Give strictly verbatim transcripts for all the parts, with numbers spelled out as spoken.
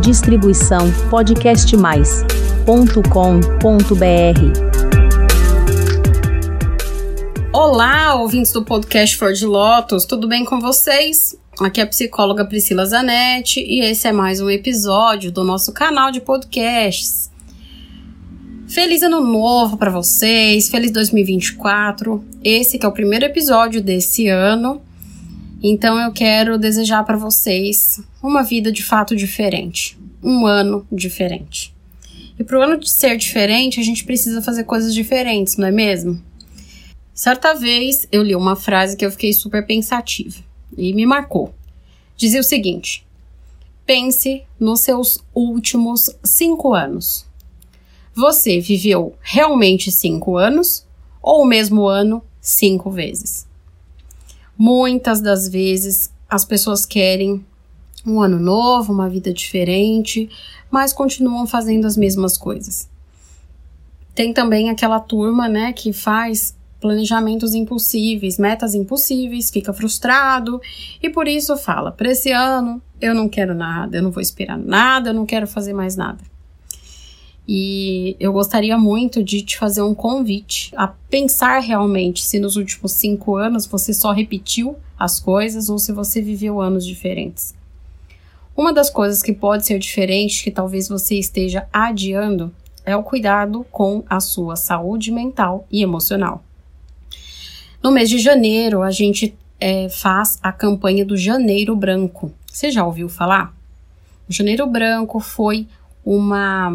Distribuição podcast mais ponto com ponto b r. Olá, ouvintes do podcast Flor de Lótus, tudo bem com vocês? Aqui é a psicóloga Priscila Zanetti e esse é mais um episódio do nosso canal de podcasts. Feliz ano novo para vocês, feliz dois mil e vinte e quatro, esse que é o primeiro episódio desse ano, então eu quero desejar para vocês uma vida de fato diferente, um ano diferente. E para o ano de ser diferente, a gente precisa fazer coisas diferentes, não é mesmo? Certa vez eu li uma frase que eu fiquei super pensativa e me marcou. Dizia o seguinte: pense nos seus últimos cinco anos. Você viveu realmente cinco anos ou o mesmo ano cinco vezes? Muitas das vezes as pessoas querem um ano novo, uma vida diferente, mas continuam fazendo as mesmas coisas. Tem também aquela turma, né, que faz planejamentos impossíveis, metas impossíveis, fica frustrado e por isso fala, para esse ano eu não quero nada, eu não vou esperar nada, eu não quero fazer mais nada. E eu gostaria muito de te fazer um convite a pensar realmente se nos últimos cinco anos você só repetiu as coisas ou se você viveu anos diferentes. Uma das coisas que pode ser diferente, que talvez você esteja adiando, é o cuidado com a sua saúde mental e emocional. No mês de janeiro, a gente é, faz a campanha do Janeiro Branco. Você já ouviu falar? O Janeiro Branco foi uma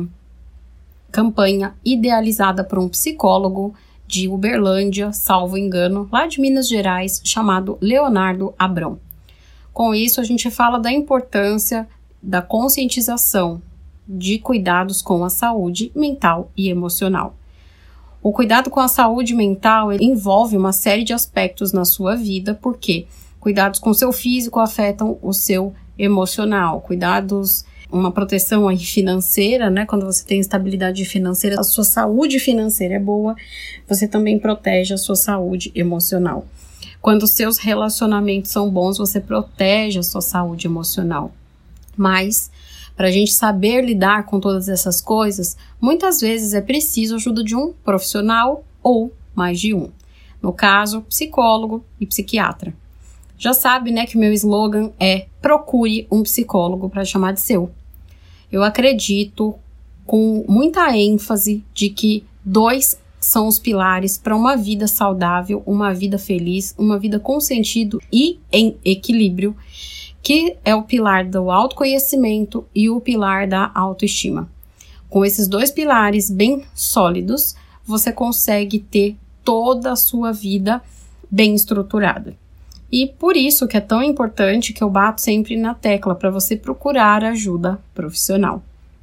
campanha idealizada por um psicólogo de Uberlândia, salvo engano, lá de Minas Gerais, chamado Leonardo Abrão. Com isso, a gente fala da importância da conscientização de cuidados com a saúde mental e emocional. O cuidado com a saúde mental envolve uma série de aspectos na sua vida, porque cuidados com o seu físico afetam o seu emocional, cuidados, uma proteção aí financeira, né? Quando você tem estabilidade financeira, a sua saúde financeira é boa, você também protege a sua saúde emocional. Quando os seus relacionamentos são bons, você protege a sua saúde emocional. Mas, para a gente saber lidar com todas essas coisas, muitas vezes é preciso a ajuda de um profissional ou mais de um. No caso, psicólogo e psiquiatra. Já sabe, né, que o meu slogan é procure um psicólogo para chamar de seu. Eu acredito com muita ênfase de que dois são os pilares para uma vida saudável, uma vida feliz, uma vida com sentido e em equilíbrio, que é o pilar do autoconhecimento e o pilar da autoestima. Com esses dois pilares bem sólidos, você consegue ter toda a sua vida bem estruturada. E por isso que é tão importante que eu bato sempre na tecla para você procurar ajuda profissional.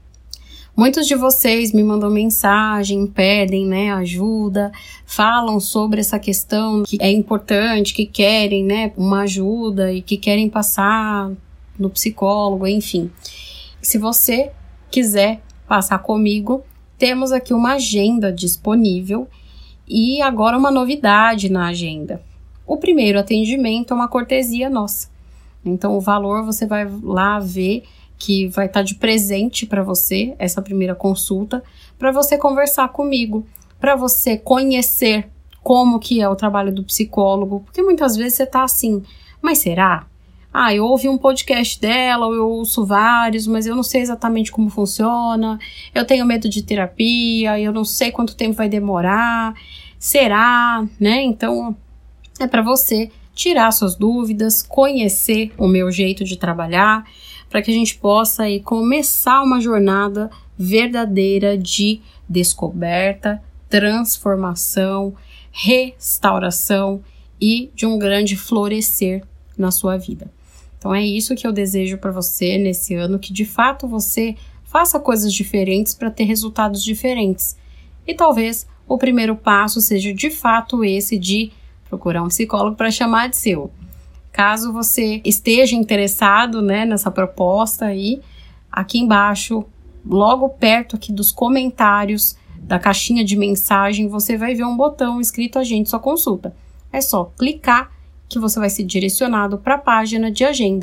Muitos de vocês me mandam mensagem, pedem, né, ajuda, falam sobre essa questão que é importante, que querem, né, uma ajuda e que querem passar no psicólogo, enfim. Se você quiser passar comigo, temos aqui uma agenda disponível e agora uma novidade na agenda. O primeiro atendimento é uma cortesia nossa. Então, o valor você vai lá ver que vai estar de presente para você, essa primeira consulta, para você conversar comigo, para você conhecer como que é o trabalho do psicólogo, porque muitas vezes você está assim, mas será? Ah, eu ouvi um podcast dela, ou eu ouço vários, mas eu não sei exatamente como funciona, eu tenho medo de terapia, eu não sei quanto tempo vai demorar, será, né? Então, é para você tirar suas dúvidas, conhecer o meu jeito de trabalhar, para que a gente possa aí começar uma jornada verdadeira de descoberta, transformação, restauração e de um grande florescer na sua vida. Então é isso que eu desejo para você nesse ano, que de fato você faça coisas diferentes para ter resultados diferentes. E talvez o primeiro passo seja de fato esse de procurar um psicólogo para chamar de seu. Caso você esteja interessado, né, nessa proposta aí, aqui embaixo, logo perto aqui dos comentários da caixinha de mensagem, você vai ver um botão escrito Agende Sua Consulta. É só clicar que você vai ser direcionado para a página de agenda.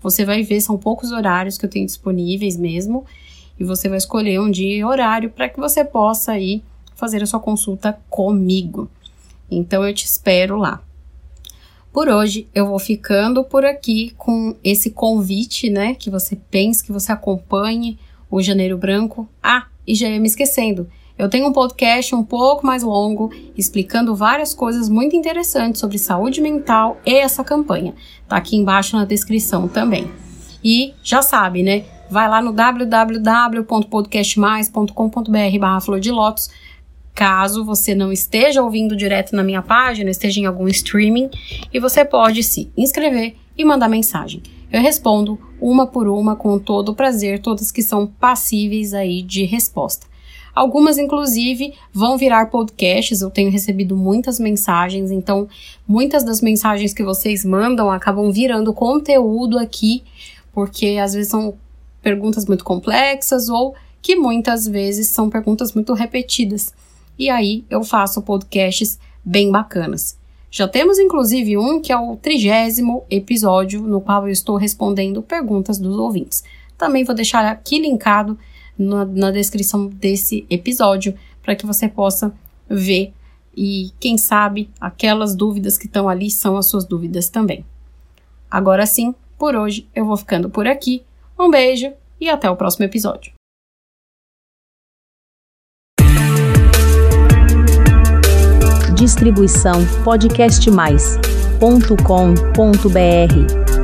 você vai ver, são poucos horários que eu tenho disponíveis mesmo, e você vai escolher um dia e horário para que você possa aí fazer a sua consulta comigo. Então eu te espero lá. Por hoje eu vou ficando por aqui com esse convite, né, que você pense, que você acompanhe o Janeiro Branco. Ah, e já ia me esquecendo, eu tenho um podcast um pouco mais longo, explicando várias coisas muito interessantes sobre saúde mental e essa campanha. Tá aqui embaixo na descrição também. E já sabe, né? Vai lá no w w w ponto podcast mais ponto com ponto b r barra flor de lótus. Caso você não esteja ouvindo direto na minha página, esteja em algum streaming, e você pode se inscrever e mandar mensagem. Eu respondo uma por uma com todo o prazer, todas que são passíveis aí de resposta. Algumas, inclusive, vão virar podcasts, eu tenho recebido muitas mensagens, então muitas das mensagens que vocês mandam acabam virando conteúdo aqui, porque às vezes são perguntas muito complexas ou que muitas vezes são perguntas muito repetidas. E aí eu faço podcasts bem bacanas. Já temos, inclusive, um que é o trigésimo episódio, no qual eu estou respondendo perguntas dos ouvintes. Também vou deixar aqui linkado Na, na descrição desse episódio, para que você possa ver e, quem sabe, aquelas dúvidas que estão ali são as suas dúvidas também. Agora sim, por hoje eu vou ficando por aqui. Um beijo e até o próximo episódio. Distribuição podcast mais ponto com ponto b r